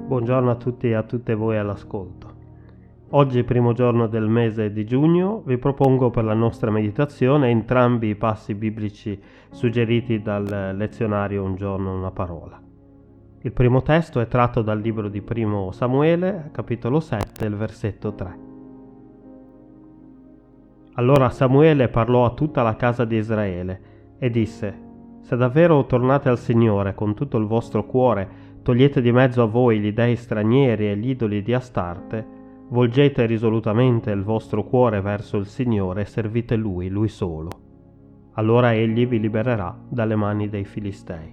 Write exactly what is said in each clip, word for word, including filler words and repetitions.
Buongiorno a tutti e a tutte voi all'ascolto. Oggi, primo giorno del mese di giugno, vi propongo per la nostra meditazione entrambi i passi biblici suggeriti dal lezionario Un giorno una parola. Il primo testo è tratto dal libro di primo Samuele, capitolo sette, il versetto tre. Allora Samuele parlò a tutta la casa di Israele e disse: Se davvero tornate al Signore con tutto il vostro cuore, togliete di mezzo a voi gli dei stranieri e gli idoli di Astarte, volgete risolutamente il vostro cuore verso il Signore e servite Lui, Lui solo. Allora Egli vi libererà dalle mani dei Filistei.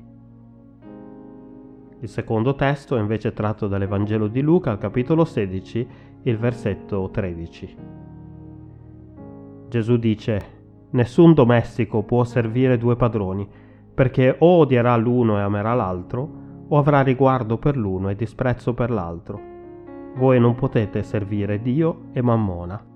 Il secondo testo è invece tratto dall'Evangelo di Luca, al capitolo sedici, il versetto tredici. Gesù dice: Nessun domestico può servire due padroni, perché o odierà l'uno e amerà l'altro, o avrà riguardo per l'uno e disprezzo per l'altro. Voi non potete servire Dio e Mammona.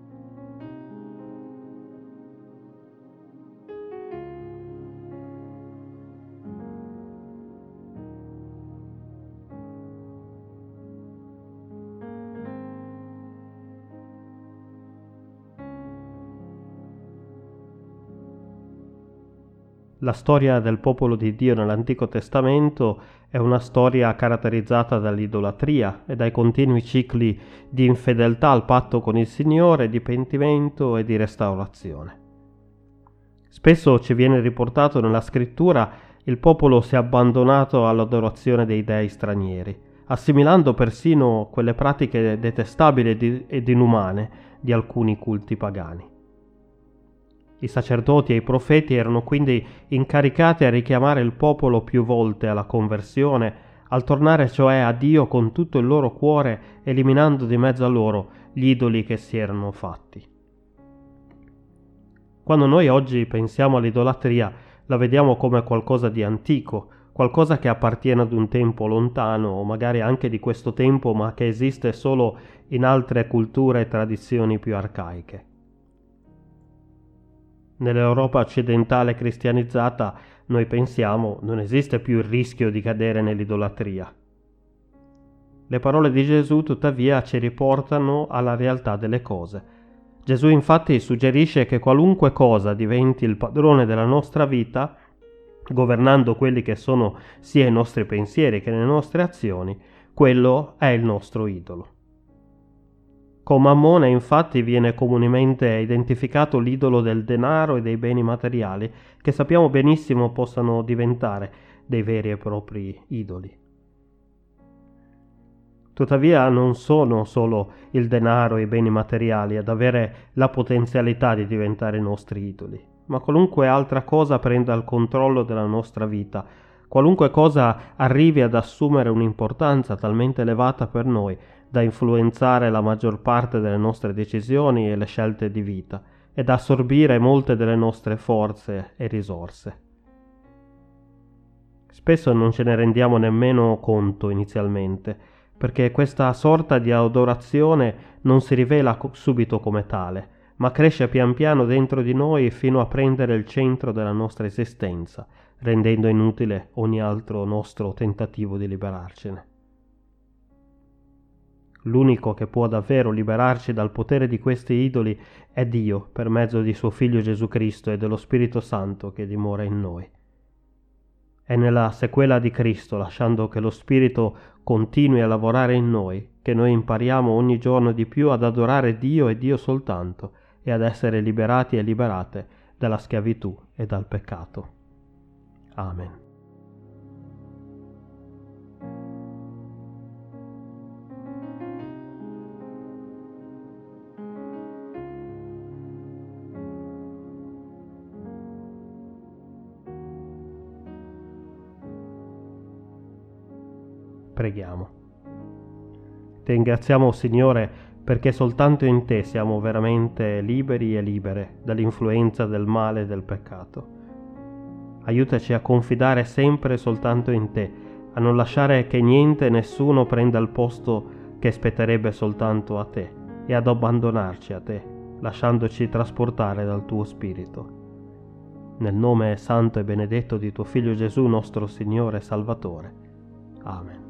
La storia del popolo di Dio nell'Antico Testamento è una storia caratterizzata dall'idolatria e dai continui cicli di infedeltà al patto con il Signore, di pentimento e di restaurazione. Spesso ci viene riportato nella scrittura il popolo si è abbandonato all'adorazione dei dei stranieri, assimilando persino quelle pratiche detestabili ed inumane di alcuni culti pagani. I sacerdoti e i profeti erano quindi incaricati a richiamare il popolo più volte alla conversione, al tornare cioè a Dio con tutto il loro cuore, eliminando di mezzo a loro gli idoli che si erano fatti. Quando noi oggi pensiamo all'idolatria, la vediamo come qualcosa di antico, qualcosa che appartiene ad un tempo lontano, o magari anche di questo tempo, ma che esiste solo in altre culture e tradizioni più arcaiche. Nell'Europa occidentale cristianizzata noi pensiamo non esiste più il rischio di cadere nell'idolatria. Le parole di Gesù tuttavia ci riportano alla realtà delle cose. Gesù infatti suggerisce che qualunque cosa diventi il padrone della nostra vita, governando quelli che sono sia i nostri pensieri che le nostre azioni, quello è il nostro idolo. Con Mammona infatti viene comunemente identificato l'idolo del denaro e dei beni materiali, che sappiamo benissimo possano diventare dei veri e propri idoli. Tuttavia non sono solo il denaro e i beni materiali ad avere la potenzialità di diventare i nostri idoli, ma qualunque altra cosa prenda il controllo della nostra vita, qualunque cosa arrivi ad assumere un'importanza talmente elevata per noi da influenzare la maggior parte delle nostre decisioni e le scelte di vita, e da assorbire molte delle nostre forze e risorse. Spesso non ce ne rendiamo nemmeno conto inizialmente, perché questa sorta di adorazione non si rivela subito come tale, ma cresce pian piano dentro di noi fino a prendere il centro della nostra esistenza, rendendo inutile ogni altro nostro tentativo di liberarcene. L'unico che può davvero liberarci dal potere di questi idoli è Dio, per mezzo di suo Figlio Gesù Cristo e dello Spirito Santo che dimora in noi. È nella sequela di Cristo, lasciando che lo Spirito continui a lavorare in noi, che noi impariamo ogni giorno di più ad adorare Dio e Dio soltanto, e ad essere liberati e liberate dalla schiavitù e dal peccato. Amen. Preghiamo. Ti ringraziamo, Signore, perché soltanto in Te siamo veramente liberi e libere dall'influenza del male e del peccato. Aiutaci a confidare sempre soltanto in Te, a non lasciare che niente e nessuno prenda il posto che spetterebbe soltanto a Te, e ad abbandonarci a Te, lasciandoci trasportare dal Tuo Spirito. Nel nome santo e benedetto di Tuo Figlio Gesù, nostro Signore e Salvatore. Amen.